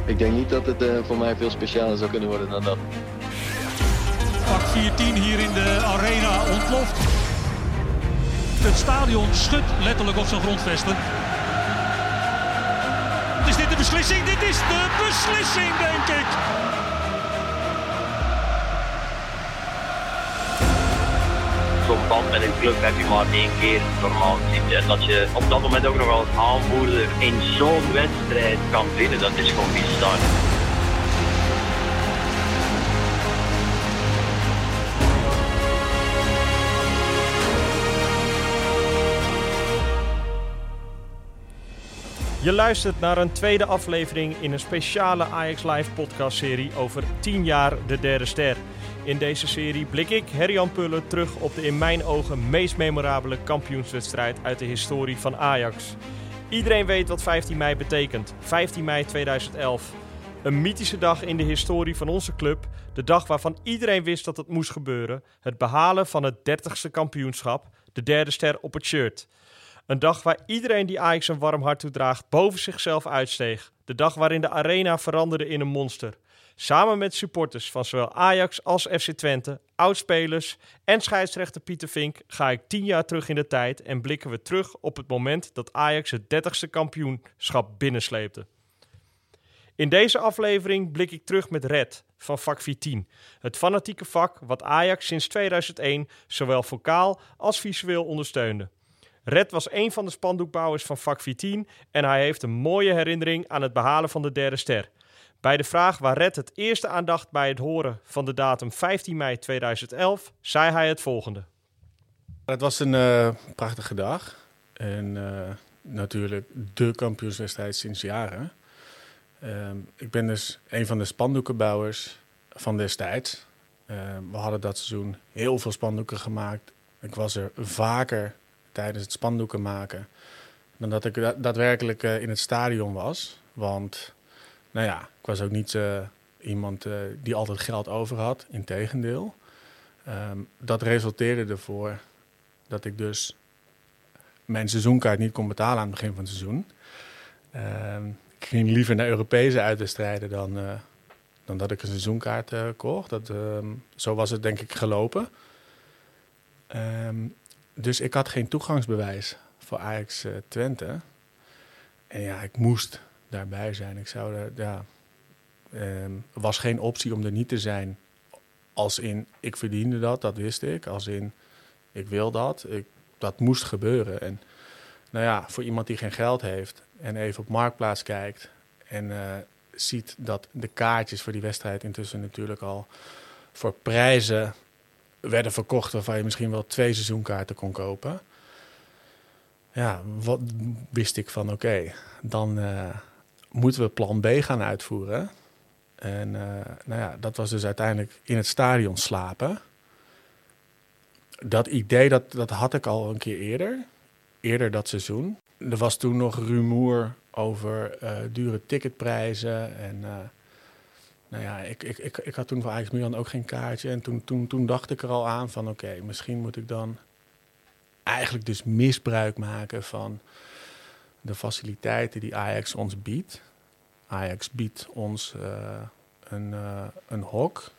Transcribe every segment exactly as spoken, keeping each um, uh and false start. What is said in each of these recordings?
Ik denk niet dat het uh, voor mij veel specialer zou kunnen worden dan dat. Vak veertien hier in de arena ontploft. Het stadion schudt letterlijk op zijn grondvesten. Is dit de beslissing? Dit is de beslissing, denk ik. Zo'n band met een club heb je maar één keer normaal gezien. En dat je op dat moment ook nog als aanvoerder in zo'n wedstrijd kan winnen, dat is gewoon bizar. Je luistert naar een tweede aflevering in een speciale Ajax Live podcastserie over tien jaar de derde ster. In deze serie blik ik, Herjan Pullen, terug op de in mijn ogen meest memorabele kampioenswedstrijd uit de historie van Ajax. Iedereen weet wat vijftien mei betekent. vijftien mei tweeduizend elf. Een mythische dag in de historie van onze club. De dag waarvan iedereen wist dat het moest gebeuren. Het behalen van het dertigste kampioenschap. De derde ster op het shirt. Een dag waar iedereen die Ajax een warm hart toedraagt boven zichzelf uitsteeg. De dag waarin de arena veranderde in een monster. Samen met supporters van zowel Ajax als F C Twente, oudspelers en scheidsrechter Pieter Vink ga ik tien jaar terug in de tijd en blikken we terug op het moment dat Ajax het dertigste kampioenschap binnensleepte. In deze aflevering blik ik terug met Red van vak veertien. Het fanatieke vak wat Ajax sinds tweeduizend één zowel vocaal als visueel ondersteunde. Red was een van de spandoekbouwers van vak veertien en hij heeft een mooie herinnering aan het behalen van de derde ster. Bij de vraag waar Red het eerste aan dacht bij het horen van de datum vijftien mei tweeduizend elf, zei hij het volgende. Het was een uh, prachtige dag en uh, natuurlijk de kampioenswedstrijd sinds jaren. Uh, ik ben dus een van de spandoekenbouwers van destijds. Uh, we hadden dat seizoen heel veel spandoeken gemaakt. Ik was er vaker tijdens het spandoeken maken dan dat ik da- daadwerkelijk uh, in het stadion was. Want, nou ja, ik was ook niet uh, iemand uh, die altijd geld over had. Integendeel. Um, dat resulteerde ervoor dat ik dus mijn seizoenkaart niet kon betalen aan het begin van het seizoen. Um, ik ging liever naar Europese uitwedstrijden dan, uh, dan dat ik een seizoenkaart uh, kocht. Dat, um, zo was het denk ik gelopen. Um, Dus ik had geen toegangsbewijs voor Ajax uh, Twente. En ja, ik moest daarbij zijn. Ik zou er, ja, um, er was geen optie om er niet te zijn. Als in, ik verdiende dat, dat wist ik. Als in, ik wil dat. Ik, dat moest gebeuren. En nou ja, voor iemand die geen geld heeft en even op Marktplaats kijkt en uh, ziet dat de kaartjes voor die wedstrijd intussen natuurlijk al voor prijzen werden verkocht waarvan je misschien wel twee seizoenkaarten kon kopen. Ja, wat wist ik van oké, okay, dan uh, moeten we plan B gaan uitvoeren. En uh, nou ja, dat was dus uiteindelijk in het stadion slapen. Dat idee, dat, dat had ik al een keer eerder. Eerder dat seizoen. Er was toen nog rumoer over uh, dure ticketprijzen en Uh, Nou ja, ik, ik, ik, ik had toen voor Ajax Milan ook geen kaartje. En toen, toen, toen dacht ik er al aan van oké, okay, misschien moet ik dan eigenlijk dus misbruik maken van de faciliteiten die Ajax ons biedt. Ajax biedt ons uh, een, uh, een hok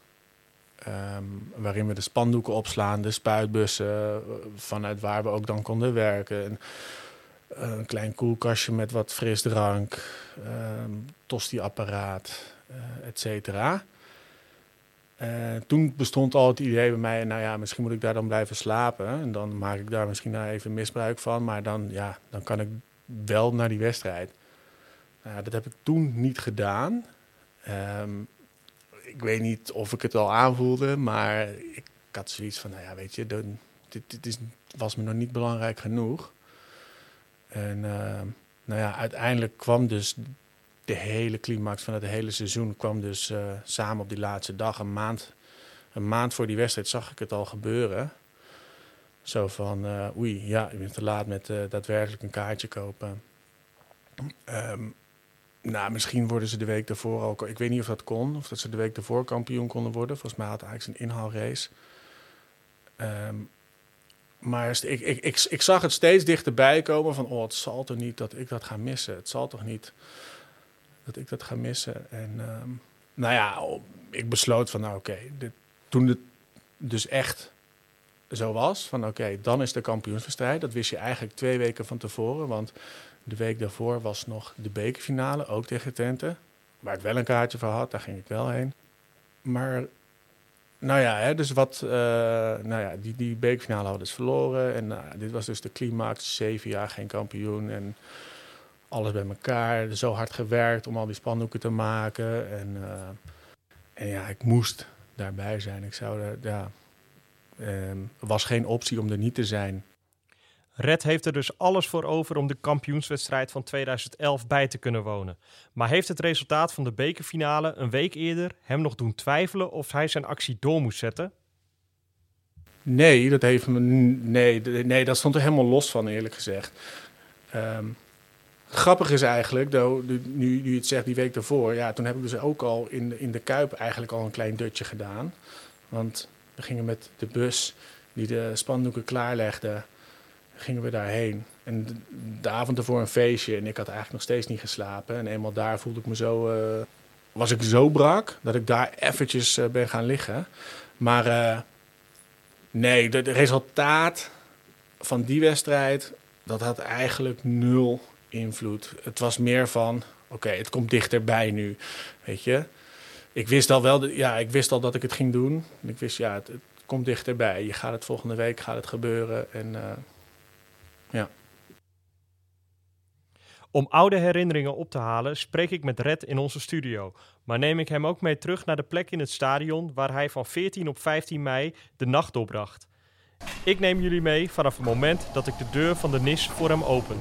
um, waarin we de spandoeken opslaan, de spuitbussen, uh, vanuit waar we ook dan konden werken. En, uh, een klein koelkastje met wat frisdrank, um, tosti-apparaat, Uh, et cetera. Uh, toen bestond al het idee bij mij, nou ja, misschien moet ik daar dan blijven slapen. En dan maak ik daar misschien nou even misbruik van. Maar dan, ja, dan kan ik wel naar die wedstrijd. Uh, dat heb ik toen niet gedaan. Um, ik weet niet of ik het al aanvoelde, maar ik, ik had zoiets van, nou ja, weet je, de, dit, dit is, was me nog niet belangrijk genoeg. En uh, nou ja, uiteindelijk kwam dus de hele climax van het hele seizoen kwam dus uh, samen op die laatste dag. Een maand, een maand voor die wedstrijd zag ik het al gebeuren. Zo van, uh, oei, ja, je bent te laat met uh, daadwerkelijk een kaartje kopen. Um, nou, misschien worden ze de week daarvoor ook. Ik weet niet of dat kon, of dat ze de week daarvoor kampioen konden worden. Volgens mij had Ajax een inhaalrace. Um, maar ik, ik, ik, ik zag het steeds dichterbij komen van, oh, het zal toch niet dat ik dat ga missen. Het zal toch niet dat ik dat ga missen. En um, nou ja, ik besloot van nou oké, okay, toen het dus echt zo was, van oké, okay, dan is de kampioenswedstrijd. Dat wist je eigenlijk twee weken van tevoren, want de week daarvoor was nog de bekerfinale, ook tegen Twente. Waar ik wel een kaartje voor had, daar ging ik wel heen. Maar nou ja, hè, dus wat, uh, nou ja, die, die bekerfinale hadden dus verloren. En uh, dit was dus de climax, zeven jaar geen kampioen en alles bij elkaar. Zo hard gewerkt om al die spandoeken te maken. En, uh, en ja, ik moest daarbij zijn. Ik zou er, ja, um, er was geen optie om er niet te zijn. Red heeft er dus alles voor over om de kampioenswedstrijd van tweeduizend elf bij te kunnen wonen. Maar heeft het resultaat van de bekerfinale een week eerder hem nog doen twijfelen of hij zijn actie door moest zetten? Nee, dat heeft me, nee, nee, dat stond er helemaal los van, eerlijk gezegd. Um, grappig is eigenlijk, though, nu, nu je het zegt die week daarvoor, ja, toen heb ik dus ook al in de, in de Kuip eigenlijk al een klein dutje gedaan. Want we gingen met de bus die de spandoeken klaarlegde, gingen we daarheen. En de, de avond ervoor een feestje en ik had eigenlijk nog steeds niet geslapen. En eenmaal daar voelde ik me zo, uh, was ik zo brak dat ik daar eventjes uh, ben gaan liggen. Maar uh, nee, het resultaat van die wedstrijd, dat had eigenlijk nul invloed. Het was meer van, oké, okay, het komt dichterbij nu, weet je. Ik wist al wel, ja, ik wist al dat ik het ging doen. Ik wist, ja, het, het komt dichterbij. Je gaat het volgende week, gaat het gebeuren en uh, ja. Om oude herinneringen op te halen spreek ik met Red in onze studio. Maar neem ik hem ook mee terug naar de plek in het stadion waar hij van veertien op vijftien mei de nacht doorbracht. Ik neem jullie mee vanaf het moment dat ik de deur van de N I S voor hem open.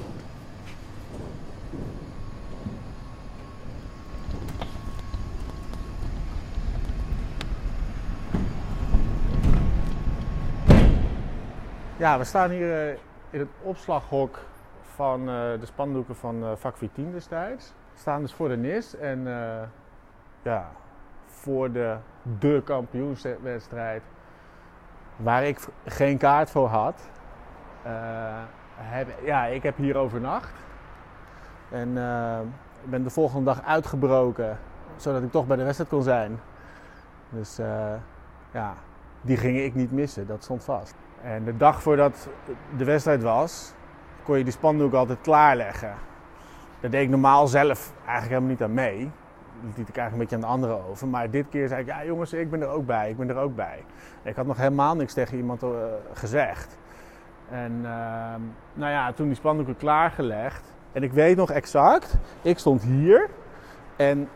Ja, we staan hier uh, in het opslaghok van uh, de spandoeken van uh, vak veertien destijds. We staan dus voor de N I S en uh, ja, voor de, de kampioenswedstrijd waar ik geen kaart voor had. Uh, heb, ja, ik heb hier overnacht en uh, ik ben de volgende dag uitgebroken zodat ik toch bij de wedstrijd kon zijn. Dus uh, ja, die ging ik niet missen, dat stond vast. En de dag voordat de wedstrijd was, kon je die spandoek altijd klaarleggen. Daar deed ik normaal zelf eigenlijk helemaal niet aan mee. Dat liet ik eigenlijk een beetje aan de anderen over. Maar dit keer zei ik, ja jongens, ik ben er ook bij, ik ben er ook bij. Ik had nog helemaal niks tegen iemand uh, gezegd. En uh, nou ja, toen die spandoeken klaargelegd. En ik weet nog exact, ik stond hier en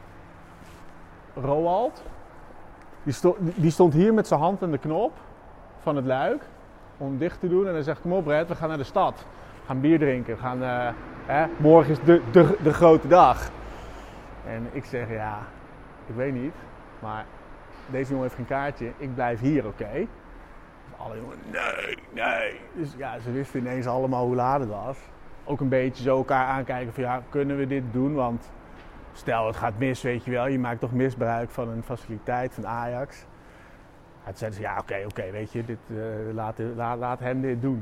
Roald, die, sto- die stond hier met zijn hand aan de knop van het luik om dicht te doen. En hij zegt, kom op Red, we gaan naar de stad. We gaan bier drinken. We gaan, uh, hè, morgen is de, de, de grote dag. En ik zeg, ja, ik weet niet. Maar deze jongen heeft geen kaartje. Ik blijf hier, oké? Okay? Alle jongens, nee, nee. Dus ja, ze wisten ineens allemaal hoe laat het was. Ook een beetje zo elkaar aankijken van, ja, kunnen we dit doen? Want stel, het gaat mis, weet je wel. Je maakt toch misbruik van een faciliteit van Ajax. Toen zeiden ze, ja, oké, okay, oké, okay, weet je, dit, uh, laat, laat, laat hem dit doen.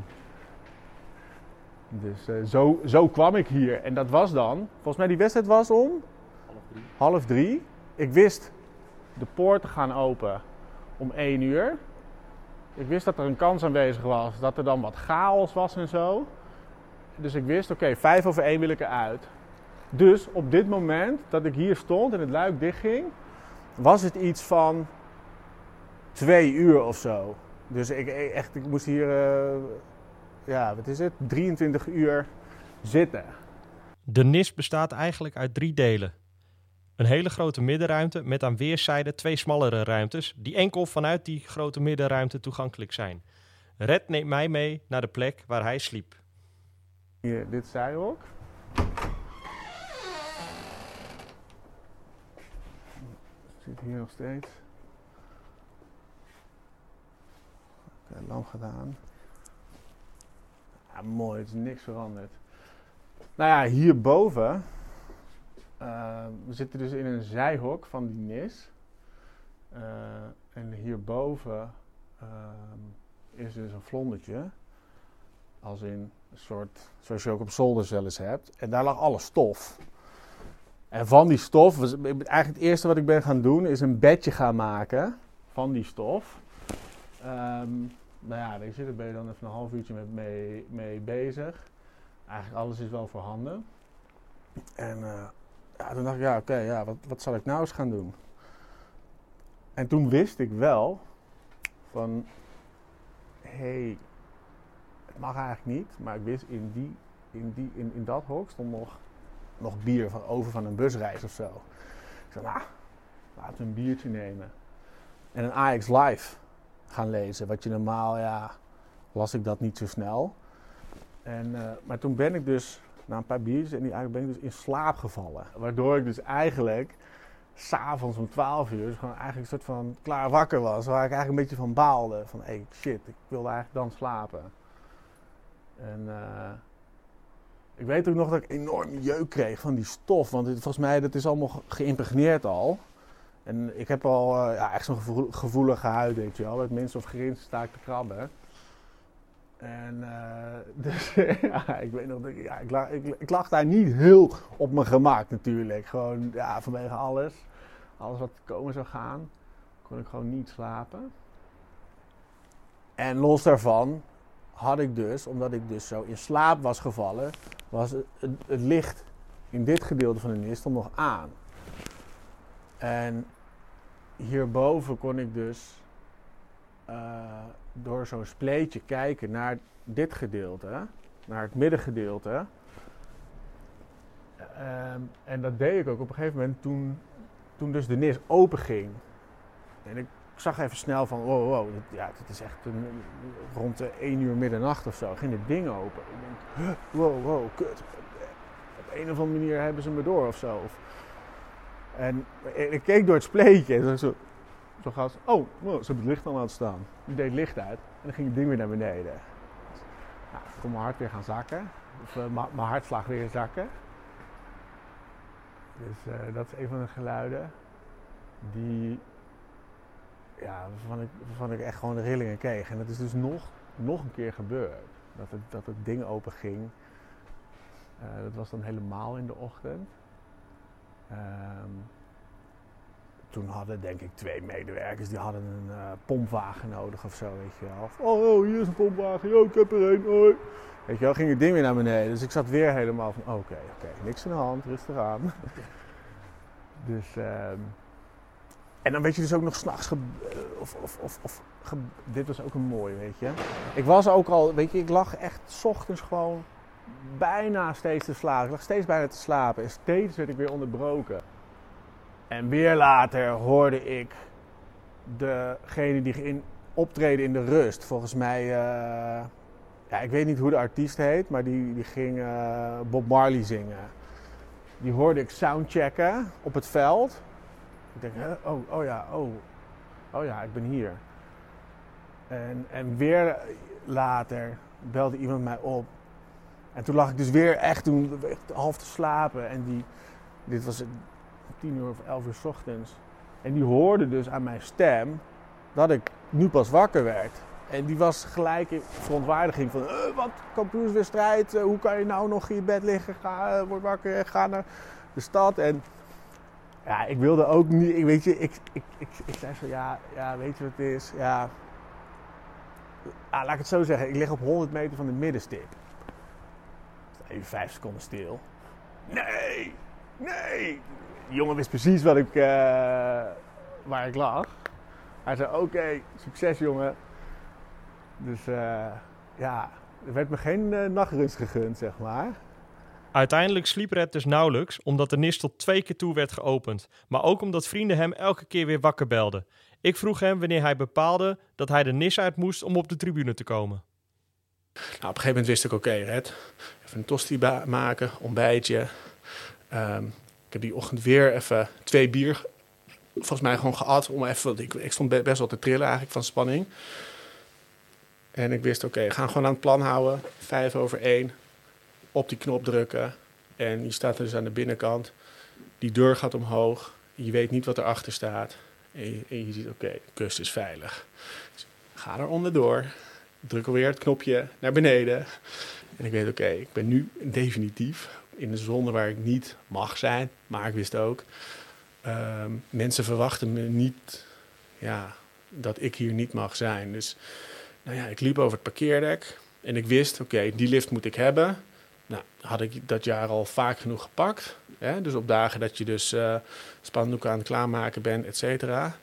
Dus uh, zo, zo kwam ik hier. En dat was dan, volgens mij die wedstrijd was om half drie. half drie. Ik wist, de poorten gaan open om één uur. Ik wist dat er een kans aanwezig was, dat er dan wat chaos was en zo. Dus ik wist, oké, okay, vijf over één wil ik eruit. Dus op dit moment dat ik hier stond en het luik dichtging, was het iets van twee uur of zo. Dus ik, echt, ik moest hier, uh, ja, wat is het, drieëntwintig uur zitten. De N I S bestaat eigenlijk uit drie delen. Een hele grote middenruimte met aan weerszijden twee smallere ruimtes die enkel vanuit die grote middenruimte toegankelijk zijn. Red neemt mij mee naar de plek waar hij sliep. Hier, dit zijhok. Zit hier nog steeds. Oké, lamp gedaan. Ja, mooi, het is niks veranderd. Nou ja, hierboven. Uh, we zitten dus in een zijhok van die N I S. Uh, en hierboven uh, is dus een vlondertje. Als in een soort, zoals je ook op zolders wel eens hebt. En daar lag alle stof. En van die stof, was, eigenlijk het eerste wat ik ben gaan doen, is een bedje gaan maken van die stof. Um, nou ja, weet je, daar ben je dan even een half uurtje met mee, mee bezig. Eigenlijk alles is wel voorhanden. En uh, ja, toen dacht ik, ja, oké, okay, ja, wat, wat zal ik nou eens gaan doen? En toen wist ik wel van, hé, hey, het mag eigenlijk niet, maar ik wist in, die, in, die, in, in dat hok stond nog, nog bier van over van een busreis of zo. Ik zei, nou, laten we een biertje nemen. En een Ajax Live gaan lezen, wat je normaal, ja, las ik dat niet zo snel. En, uh, maar toen ben ik dus, na een paar biertjes, en die eigenlijk ben ik dus in slaap gevallen. Waardoor ik dus eigenlijk, s'avonds om twaalf uur, dus gewoon eigenlijk een soort van klaar wakker was. Waar ik eigenlijk een beetje van baalde. Van, hé, hey, shit, ik wilde eigenlijk dan slapen. En uh, ik weet ook nog dat ik enorm jeuk kreeg van die stof. Want het, volgens mij, dat is allemaal geïmpregneerd al. En ik heb al uh, ja, echt zo'n gevoel, gevoelige huid, weet je wel. Met minst of gerinst sta ik te krabben. En uh, dus ja, ik weet nog, dat ik, ja, ik, lag, ik, ik lag daar niet heel op mijn gemak natuurlijk. Gewoon, ja, vanwege alles. Alles wat komen zou gaan, kon ik gewoon niet slapen. En los daarvan had ik dus, omdat ik dus zo in slaap was gevallen, was het, het, het licht in dit gedeelte van de nis stond nog aan. En hierboven kon ik dus uh, door zo'n spleetje kijken naar dit gedeelte, naar het middengedeelte. Um, en dat deed ik ook op een gegeven moment toen, toen dus de nis open ging. En ik zag even snel van, wow, wow, dit, ja, dit is echt een, rond de één uur middernacht of zo, ging dit ding open. Ik denk, huh, wow, wow, kut. Op een of andere manier hebben ze me door of zo. Of, en ik keek door het spleetje en zo, zo gast, oh, wow, ze hebben het licht al aan het staan. Die deed het licht uit en dan ging het ding weer naar beneden. Nou, toen kon mijn hart weer gaan zakken, of uh, mijn hartslag weer zakken. Dus uh, dat is een van de geluiden die, ja, waarvan ik, waarvan ik echt gewoon de rillingen kreeg. En dat is dus nog, nog een keer gebeurd. Dat het, dat het ding open ging. Uh, dat was dan helemaal in de ochtend. Um, toen hadden denk ik twee medewerkers, die hadden een uh, pompwagen nodig of zo, weet je wel. Oh, oh, hier is een pompwagen, oh, ik heb er een, hoi. Weet je wel, ging het ding weer naar beneden. Dus ik zat weer helemaal van, oké, okay, oké, okay, niks aan de hand, rustig aan. Dus, um, en dan weet je dus ook nog s'nachts, ge- of, of, of, of ge- dit was ook een mooi, weet je. Ik was ook al, weet je, ik lag echt 's ochtends gewoon bijna steeds te slapen. Ik lag steeds bijna te slapen en steeds werd ik weer onderbroken. En weer later hoorde ik degene die in, optreden in de rust. Volgens mij, uh, ja, ik weet niet hoe de artiest heet, maar die, die ging uh, Bob Marley zingen. Die hoorde ik soundchecken op het veld. Ik denk, huh? oh, oh ja, oh, oh ja, ik ben hier. En, en weer later belde iemand mij op. En toen lag ik dus weer echt toen echt half te slapen. En die, dit was tien uur of elf uur 's ochtends. En die hoorde dus aan mijn stem dat ik nu pas wakker werd. En die was gelijk in verontwaardiging van, uh, wat, kampioenswedstrijd, uh, hoe kan je nou nog in je bed liggen, ga, uh, word wakker en ga naar de stad. En ja, ik wilde ook niet, ik, weet je, ik, ik, ik, ik zei zo, ja, ja, weet je wat het is? Ja, ah, laat ik het zo zeggen, ik lig op honderd meter van de middenstip. Even vijf seconden stil. Nee, nee. Die jongen wist precies wat ik, uh, waar ik lag. Hij zei, oké, okay, succes jongen. Dus uh, ja, er werd me geen uh, nachtrust gegund, zeg maar. Uiteindelijk sliep Red dus nauwelijks, omdat de nis tot twee keer toe werd geopend. Maar ook omdat vrienden hem elke keer weer wakker belden. Ik vroeg hem wanneer hij bepaalde dat hij de nis uit moest om op de tribune te komen. Nou, op een gegeven moment wist ik, oké, okay, Red, even een tosti ba- maken, ontbijtje. Um, ik heb die ochtend weer even twee bier, volgens mij gewoon geat. Om even, want ik, ik stond best wel te trillen eigenlijk van spanning. En ik wist, oké, okay, we gaan gewoon aan het plan houden. Vijf over één, op die knop drukken. En je staat er dus aan de binnenkant. Die deur gaat omhoog. Je weet niet wat erachter staat. En je, en je ziet, oké, okay, de kust is veilig. Dus ga er onderdoor. Druk alweer het knopje naar beneden. En ik weet, oké, okay, ik ben nu definitief in een zone waar ik niet mag zijn. Maar ik wist ook, uh, mensen verwachten me niet, ja, dat ik hier niet mag zijn. Dus nou ja, ik liep over het parkeerdek en ik wist, oké, okay, die lift moet ik hebben. Nou, had ik dat jaar al vaak genoeg gepakt. Hè? Dus op dagen dat je dus uh, spandoeken aan het klaarmaken bent, et cetera.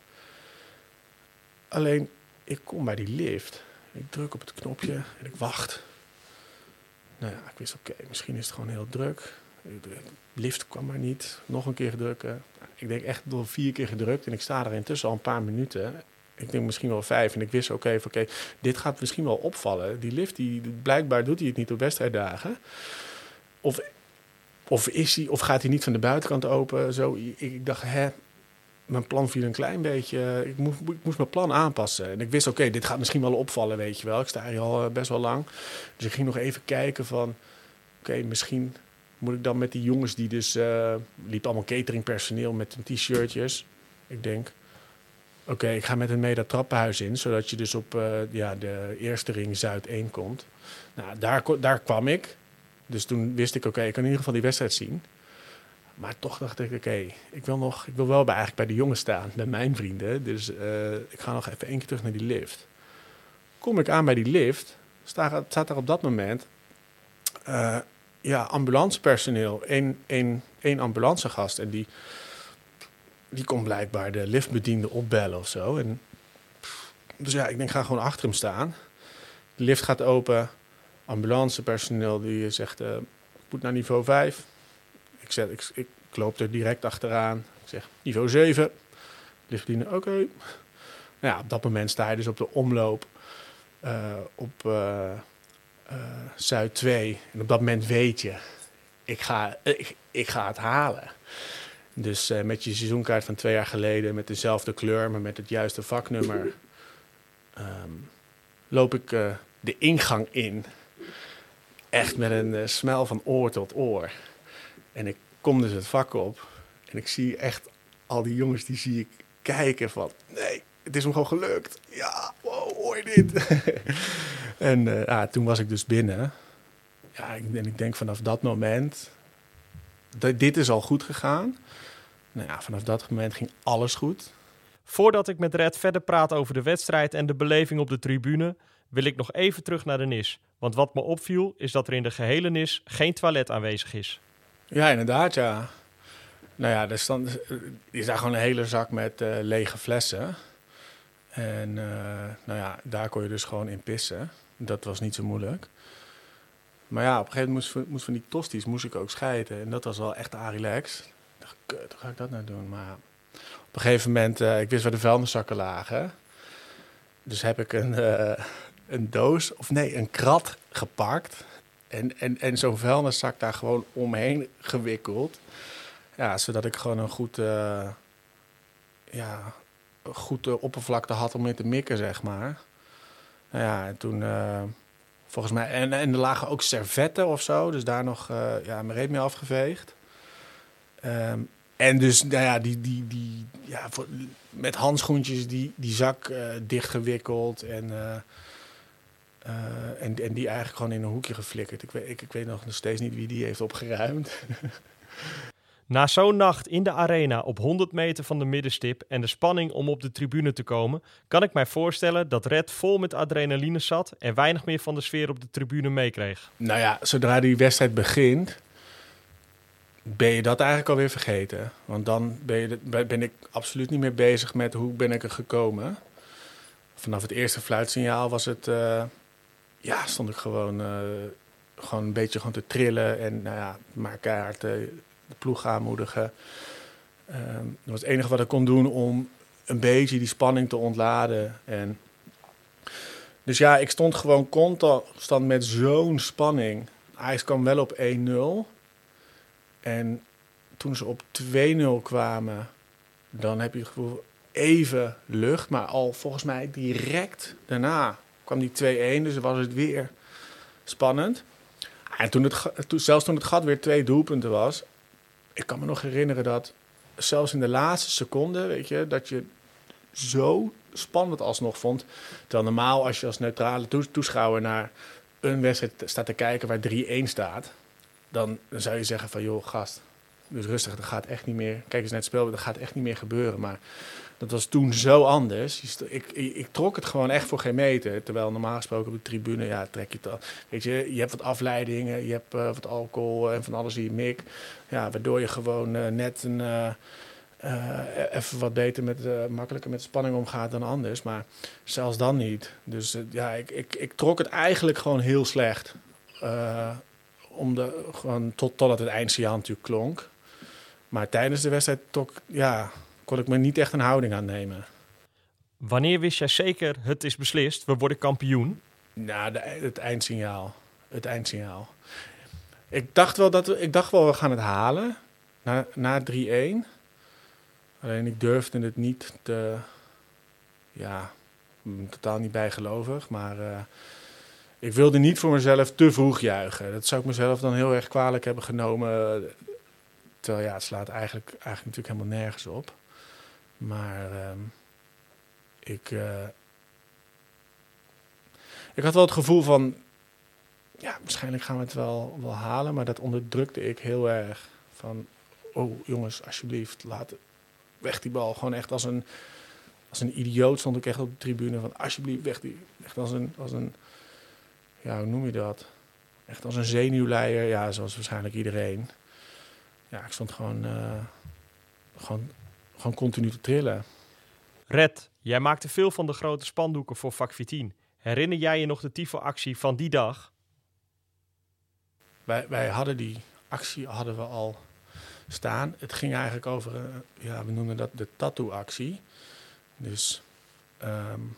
Alleen, ik kom bij die lift. Ik druk op het knopje en ik wacht. Nou ja, ik wist, oké, okay, misschien is het gewoon heel druk. De lift kwam maar niet. Nog een keer drukken. Ik denk echt door vier keer gedrukt en ik sta er intussen al een paar minuten. Ik denk misschien wel vijf. En ik wist ook even, oké, okay, dit gaat misschien wel opvallen. Die lift, die, blijkbaar doet hij het niet op wedstrijddagen. Of, of, is hij, of gaat hij niet van de buitenkant open? Zo, ik, ik dacht, hè, mijn plan viel een klein beetje. Ik moest, ik moest mijn plan aanpassen. En ik wist, oké, okay, dit gaat misschien wel opvallen, weet je wel. Ik sta hier al best wel lang. Dus ik ging nog even kijken van, oké, okay, misschien moet ik dan met die jongens die dus... Uh, liep allemaal cateringpersoneel met hun t-shirtjes. Ik denk, oké, okay, ik ga met hen mee dat trappenhuis in, zodat je dus op uh, ja, de eerste ring Zuid één komt. Nou, daar, daar kwam ik. Dus toen wist ik, oké, okay, ik kan in ieder geval die wedstrijd zien. Maar toch dacht ik, oké, okay, ik wil nog, ik wil wel bij, eigenlijk bij de jongens staan, bij mijn vrienden. Dus uh, ik ga nog even één keer terug naar die lift. Kom ik aan bij die lift, staat, staat er op dat moment uh, ja, ambulancepersoneel, één, één, één ambulancegast. En die, die kon blijkbaar de liftbediende opbellen of zo. En, dus ja, ik denk, ga gewoon achter hem staan. De lift gaat open, ambulancepersoneel die zegt, uh, ik moet naar niveau vijf. Ik, zeg, ik, ik, ik loop er direct achteraan. Ik zeg, niveau zeven. Liftbediende, oké. Okay. Nou ja, op dat moment sta je dus op de omloop uh, op uh, uh, Zuid twee. En op dat moment weet je, ik ga, ik, ik ga het halen. Dus uh, met je seizoenkaart van twee jaar geleden, met dezelfde kleur, maar met het juiste vaknummer, um, loop ik uh, de ingang in. Echt met een uh, smel van oor tot oor. En ik kom dus het vak op en ik zie echt al die jongens, die zie ik kijken van, nee, het is hem gewoon gelukt. Ja, wow, hoor je dit? en uh, ah, toen was ik dus binnen. Ja, en ik denk vanaf dat moment, d- dit is al goed gegaan. Nou ja, vanaf dat moment ging alles goed. Voordat ik met Red verder praat over de wedstrijd en de beleving op de tribune, wil ik nog even terug naar de N I S. Want wat me opviel, is dat er in de gehele N I S geen toilet aanwezig is. Ja, inderdaad, ja. Nou ja, er stond, is daar gewoon een hele zak met uh, lege flessen. En uh, nou ja, daar kon je dus gewoon in pissen. Dat was niet zo moeilijk. Maar ja, op een gegeven moment moest, moest van die tosties moest ik ook scheiden. En dat was wel echt a-relax. Ik dacht, kut, hoe ga ik dat nou doen? Maar op een gegeven moment, uh, ik wist waar de vuilniszakken lagen. Dus heb ik een, uh, een doos, of nee, een krat gepakt. En, en, en zo'n vuilniszak daar gewoon omheen gewikkeld. Ja, zodat ik gewoon een goed, uh, ja, een goed uh, oppervlakte had om in te mikken, zeg maar. Nou ja, en toen, uh, volgens mij... En, en er lagen ook servetten of zo, dus daar nog uh, ja, mijn reet mee afgeveegd. Um, en dus, nou ja, die, die, die, ja voor, met handschoentjes die, die zak uh, dichtgewikkeld en... Uh, Uh, en, en die eigenlijk gewoon in een hoekje geflikkerd. Ik weet, ik, ik weet nog steeds niet wie die heeft opgeruimd. Na zo'n nacht in de arena op honderd meter van de middenstip en de spanning om op de tribune te komen, kan ik mij voorstellen dat Red vol met adrenaline zat en weinig meer van de sfeer op de tribune meekreeg. Nou ja, zodra die wedstrijd begint, ben je dat eigenlijk alweer vergeten. Want dan ben, je de, ben ik absoluut niet meer bezig met hoe ben ik er gekomen. Vanaf het eerste fluitsignaal was het... Uh, Ja, stond ik gewoon, uh, gewoon een beetje gewoon te trillen en nou ja, maar keihard uh, de ploeg aanmoedigen. Um, dat was het enige wat ik kon doen om een beetje die spanning te ontladen. En dus ja, ik stond gewoon constant met zo'n spanning. Ajax kwam wel op één nul. En toen ze op twee nul kwamen, dan heb je het gevoel even lucht. Maar al volgens mij direct daarna kwam die twee-één, dus was het weer spannend. En toen het, toen, zelfs toen het gat weer twee doelpunten was, ik kan me nog herinneren dat zelfs in de laatste seconde, weet je, dat je zo spannend alsnog vond. Terwijl normaal als je als neutrale toeschouwer naar een wedstrijd staat te kijken waar drie-één staat, dan, dan zou je zeggen van, joh, gast, dus rustig, dat gaat echt niet meer. Kijk eens naar het spel, dat gaat echt niet meer gebeuren. Maar dat was toen zo anders. Ik, ik, ik trok het gewoon echt voor geen meter. Terwijl normaal gesproken op de tribune, ja, trek je het al. Weet je, je hebt wat afleidingen, je hebt uh, wat alcohol en van alles in je mik. Ja, waardoor je gewoon uh, net een, uh, uh, even wat beter, met, uh, makkelijker met spanning omgaat dan anders. Maar zelfs dan niet. Dus uh, ja, ik, ik, ik trok het eigenlijk gewoon heel slecht. Uh, om de, gewoon tot, totdat het eindsignaal natuurlijk klonk. Maar tijdens de wedstrijd toch, ja, kon ik me niet echt een houding aan nemen. Wanneer wist jij zeker, het is beslist, we worden kampioen? Nou, de, het eindsignaal. Het eindsignaal. Ik dacht wel, dat we, ik dacht wel we gaan het halen. Na, na drie-een. Alleen ik durfde het niet te... Ja, totaal niet bijgelovig. Maar uh, ik wilde niet voor mezelf te vroeg juichen. Dat zou ik mezelf dan heel erg kwalijk hebben genomen. Terwijl ja, het slaat eigenlijk, eigenlijk natuurlijk helemaal nergens op. Maar uh, ik... Uh, ik had wel het gevoel van... Ja, waarschijnlijk gaan we het wel, wel halen. Maar dat onderdrukte ik heel erg. Van, oh jongens, alsjeblieft, laat weg die bal. Gewoon echt als een, als een idioot stond ik echt op de tribune. Van alsjeblieft, weg die... Echt als een, als een... Ja, hoe noem je dat? Echt als een zenuwleier. Ja, zoals waarschijnlijk iedereen. Ja, ik stond gewoon, uh, gewoon, gewoon continu te trillen. Red, jij maakte veel van de grote spandoeken voor vak veertien. Herinner jij je nog de tifo-actie van die dag? Wij, wij hadden die actie hadden we al staan. Het ging eigenlijk over, uh, ja, we noemen dat de tattoo-actie. Dus, um,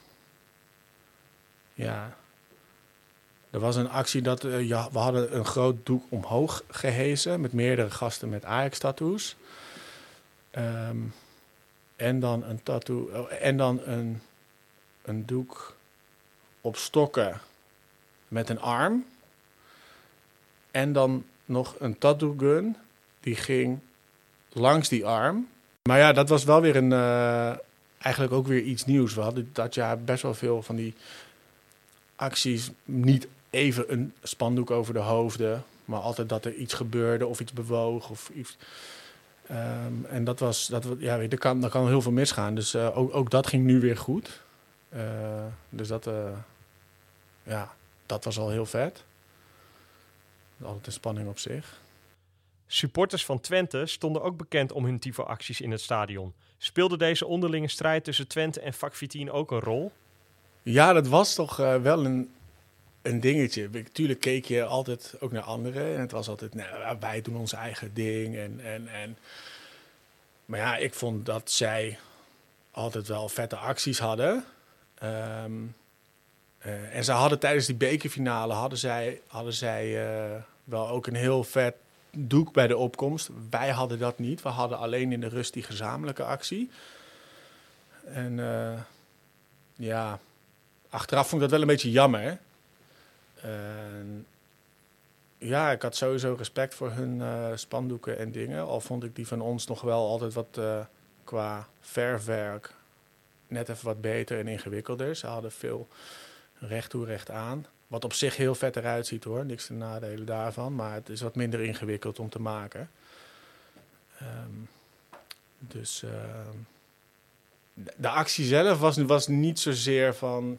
ja, er was een actie dat uh, ja, we hadden een groot doek omhoog gehezen met meerdere gasten met Ajax-tattoos. Um, en dan een tattoo, oh, en dan een, een doek op stokken met een arm. En dan nog een tattoo gun die ging langs die arm. Maar ja, dat was wel weer een, uh, eigenlijk ook weer iets nieuws. We hadden dat jaar best wel veel van die acties, niet even een spandoek over de hoofden, maar altijd dat er iets gebeurde of iets bewoog of iets. Um, en dat was, dat, ja, weet je, er kan, er kan heel veel misgaan. Dus uh, ook, ook dat ging nu weer goed. Uh, dus dat, uh, ja, dat was al heel vet. Altijd een spanning op zich. Supporters van Twente stonden ook bekend om hun tifo-acties in het stadion. Speelde deze onderlinge strijd tussen Twente en vak veertien ook een rol? Ja, dat was toch uh, wel een, een dingetje. Tuurlijk keek je altijd ook naar anderen. En het was altijd, nou, wij doen ons eigen ding. En, en, en. Maar ja, ik vond dat zij altijd wel vette acties hadden. Um, uh, en ze hadden tijdens die bekerfinale hadden zij, hadden zij uh, wel ook een heel vet doek bij de opkomst. Wij hadden dat niet. We hadden alleen in de rust die gezamenlijke actie. En uh, ja, achteraf vond ik dat wel een beetje jammer. Uh, ja, ik had sowieso respect voor hun uh, spandoeken en dingen. Al vond ik die van ons nog wel altijd wat uh, qua verfwerk net even wat beter en ingewikkelder. Ze hadden veel recht toe, recht aan. Wat op zich heel vet eruit ziet hoor, niks te nadelen daarvan. Maar het is wat minder ingewikkeld om te maken. Um, dus uh, de actie zelf was, was niet zozeer van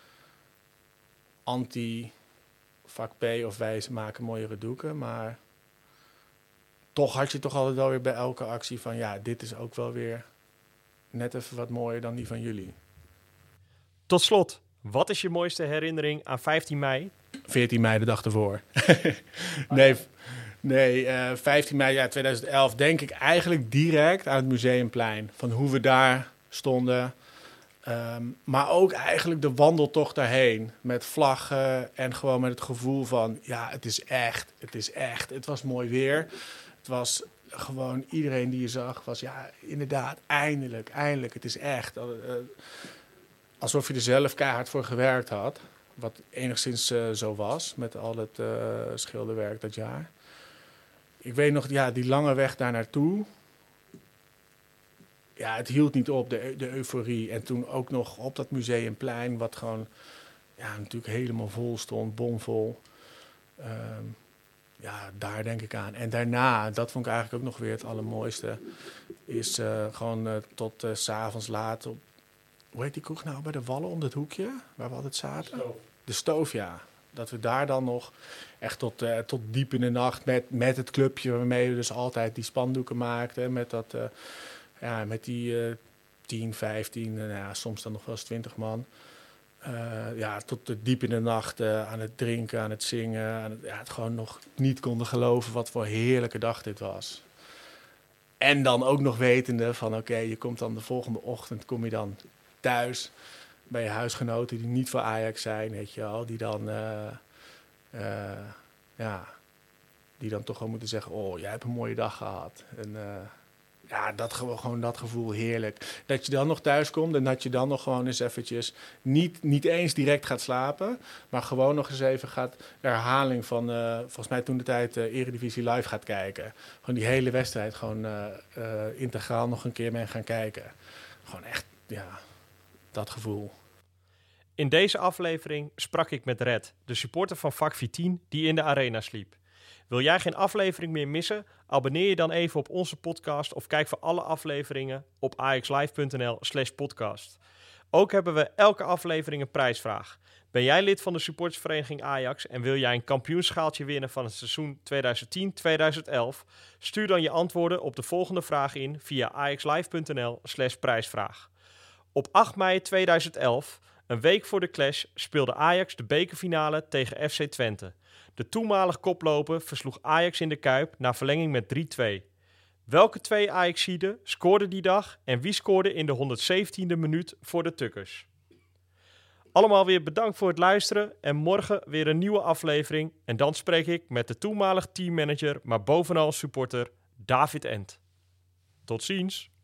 anti-vak P of wij maken mooiere doeken. Maar toch had je toch altijd wel weer bij elke actie van ja, dit is ook wel weer net even wat mooier dan die van jullie. Tot slot, wat is je mooiste herinnering aan vijftien mei? veertien mei, de dag ervoor. nee, nee uh, vijftien mei ja, tweeduizend elf denk ik eigenlijk direct aan het Museumplein. Van hoe we daar stonden. Um, maar ook eigenlijk de wandeltocht daarheen. Met vlaggen en gewoon met het gevoel van ja, het is echt, het is echt. Het was mooi weer. Het was gewoon iedereen die je zag was ja, inderdaad, eindelijk, eindelijk. Het is echt. Uh, alsof je er zelf keihard voor gewerkt had. Wat enigszins uh, zo was met al het uh, schilderwerk dat jaar. Ik weet nog, ja, die lange weg daar naartoe. Ja, het hield niet op, de, de euforie. En toen ook nog op dat Museumplein, wat gewoon ja, natuurlijk helemaal vol stond, bomvol. Um, ja, daar denk ik aan. En daarna, dat vond ik eigenlijk ook nog weer het allermooiste, is uh, gewoon uh, tot uh, 's avonds laat op, hoe heet die kroeg nou, bij de Wallen om het hoekje, waar we altijd zaten? De Stoof. De Stoof, ja. Dat we daar dan nog echt tot, uh, tot diep in de nacht met, met het clubje waarmee we dus altijd die spandoeken maakten. Met, dat, uh, ja, met die uh, tien, vijftien, uh, nou ja, soms dan nog wel eens twintig man. Uh, ja, tot diep in de nacht uh, aan het drinken, aan het zingen. Aan het, ja, het gewoon nog niet konden geloven wat voor heerlijke dag dit was. En dan ook nog wetende van oké, okay, je komt dan de volgende ochtend, kom je dan thuis bij je huisgenoten die niet voor Ajax zijn, weet je wel. Die dan, uh, uh, ja, die dan toch wel moeten zeggen, oh, jij hebt een mooie dag gehad. En uh, ja, dat, gewoon dat gevoel heerlijk. Dat je dan nog thuis komt en dat je dan nog gewoon eens eventjes niet, niet eens direct gaat slapen, maar gewoon nog eens even gaat herhaling van, uh, volgens mij toen de tijd uh, Eredivisie Live gaat kijken. Gewoon die hele wedstrijd gewoon uh, uh, integraal nog een keer mee gaan kijken. Gewoon echt, ja, dat gevoel. In deze aflevering sprak ik met Red, de supporter van Vak veertien die in de arena sliep. Wil jij geen aflevering meer missen? Abonneer je dan even op onze podcast of kijk voor alle afleveringen op ajaxlive.nl slash podcast. Ook hebben we elke aflevering een prijsvraag. Ben jij lid van de supportersvereniging Ajax en wil jij een kampioenschaaltje winnen van het seizoen twintig tien twintig elf? Stuur dan je antwoorden op de volgende vraag in via ajaxlive.nl slash prijsvraag. Op acht mei tweeduizend elf, een week voor de clash, speelde Ajax de bekerfinale tegen F C Twente. De toenmalig koploper versloeg Ajax in de Kuip na verlenging met drie twee. Welke twee Ajaxiden scoorden die dag en wie scoorde in de honderdzeventiende minuut voor de Tukkers? Allemaal weer bedankt voor het luisteren en morgen weer een nieuwe aflevering. En dan spreek ik met de toenmalig teammanager, maar bovenal supporter David Ent. Tot ziens!